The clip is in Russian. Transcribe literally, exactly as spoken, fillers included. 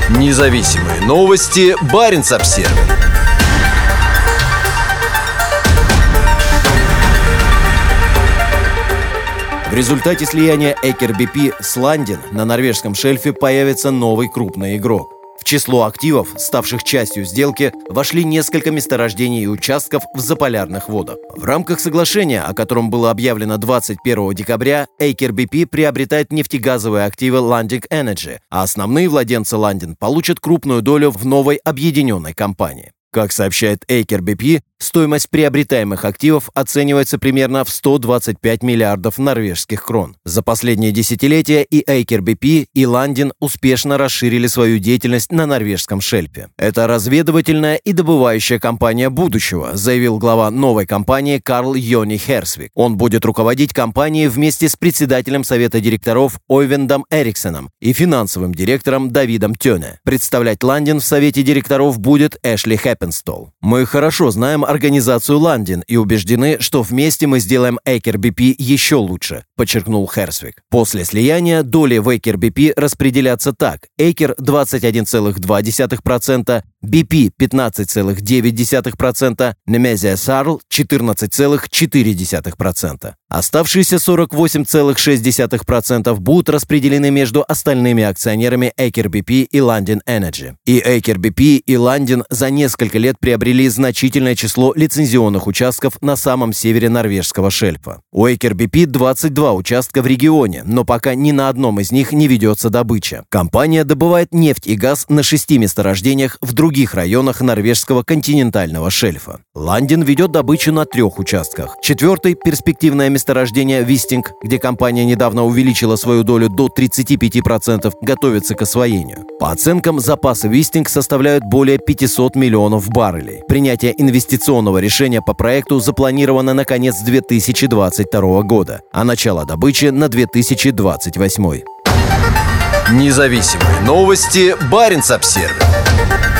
Независимые новости. Баренц-Обсервис. В результате слияния Aker би пи с Lundin на норвежском шельфе появится новый крупный игрок. В число активов, ставших частью сделки, вошли несколько месторождений и участков в заполярных водах. В рамках соглашения, о котором было объявлено двадцать первого декабря, Aker би пи приобретает нефтегазовые активы Lundin Energy, а основные владельцы Lundin получат крупную долю в новой объединенной компании. Как сообщает Aker би пи, стоимость приобретаемых активов оценивается примерно в сто двадцать пять миллиардов норвежских крон. За последние десятилетия и Aker би пи, и Lundin успешно расширили свою деятельность на норвежском шельфе. Это разведывательная и добывающая компания будущего, заявил глава новой компании Карл Йони Херсвик. Он будет руководить компанией вместе с председателем совета директоров Ойвендом Эриксеном и финансовым директором Давидом Тёне. Представлять Lundin в совете директоров будет Эшли Хеппенстол. Мы хорошо знаем организацию Lundin и убеждены, что вместе мы сделаем Aker би пи еще лучше, подчеркнул Херсвик. После слияния доли в Aker би пи распределятся так: Aker двадцать один целых два десятых процента, би пи пятнадцать целых девять десятых процента, Nemesia Sarl четырнадцать целых четыре десятых процента. Оставшиеся сорок восемь целых шесть десятых процента будут распределены между остальными акционерами Aker би пи и Lundin Energy. И Aker би пи, и Lundin за несколько лет приобрели значительное число лицензионных участков на самом севере норвежского шельфа. У Aker би пи двадцать два участка в регионе, но пока ни на одном из них не ведется добыча. Компания добывает нефть и газ на шести месторождениях в других районах норвежского континентального шельфа. Lundin ведет добычу на трех участках. Четвертый – перспективное месторождение Вистинг, где компания недавно увеличила свою долю до тридцати пяти процентов, готовится к освоению. По оценкам, запасы Вистинг составляют более пятисот миллионов баррелей. Принятие инвестиционного решения по проекту запланировано на конец две тысячи двадцать второго года, а начало добычи на две тысячи двадцать восьмой. Независимые новости. Баренц-Обсервис.